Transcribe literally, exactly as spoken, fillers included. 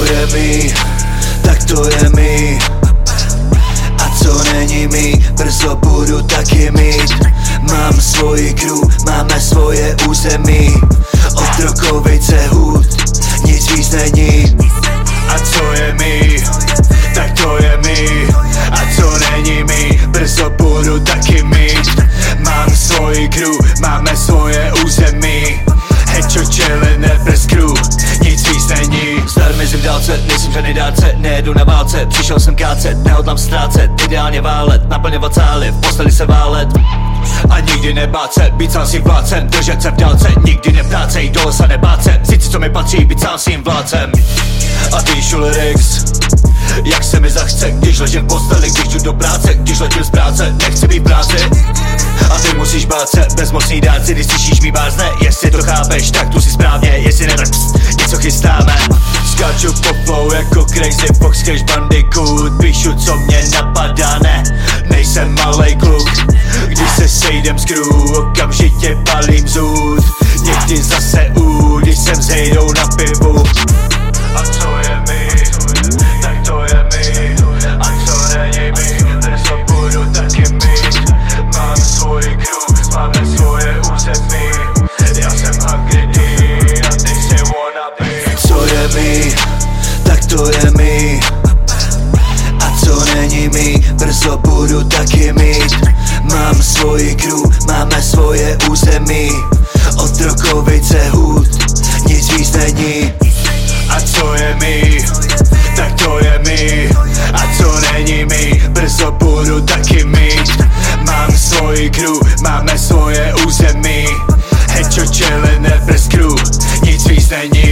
je mý, tak to je mý. A co není mý, brzo budu taky mít. Mám svoji crew, máme svoje území. Otrokovice hůd, nic víc není. A co je mý, tak to je mý. A co není mý, brzo budu taky mít. Mám svoji crew, máme svoje území. Hecho chillin' Rappers crew, nic víc není. Zdar mizím v dálce, nejsem žádný dárce. Nejedu na válce, přišel jsem kácet. Nehodlám ztrácet, ideálně válet. Naplňovat sály, v posteli se válet. A nikdy nebát se, být sám svým vládcem. Držet se v dálce, nikdy neptácej. Do lesa nebát se, vzít si co mi patří, být sám svým vládcem. A píšu lyrics, jak se mi zachce. Když ležím v posteli, když jdu do práce. Když letím z práce, nechci být v práci. A ty musíš bát se, bezmocný dárci. Když slyšíš mý bázne, jestli to chápeš, tak tu si správně. Jestli ne, tak pst, něco chystáme. Skáču po flow jako Crazy Fox, Crash Bandicoot. Píšu co mě napadá, ne, nejsem malej kluk. Když se sejdem s crew, okamžitě palím zůd. Někdy zase u, když sem zejdou na pivu. A co je mi, tak to je mi. A co není mi, brzo budu taky mít. Mám svoji crew, máme svoje území. Já jsem hungry a ty si wanna be. Co je mi, tak to je mi. A co není mi, brzo budu taky mít. Mám svoji crew, máme svoje území. Otrokovice hůd, nic víc není. A co je mi, tak to je mi. A co není mi, brzo budu taky mít. Mám svoji crew, máme svoje území. Hecho chillin' Rappers crew, nic víc není.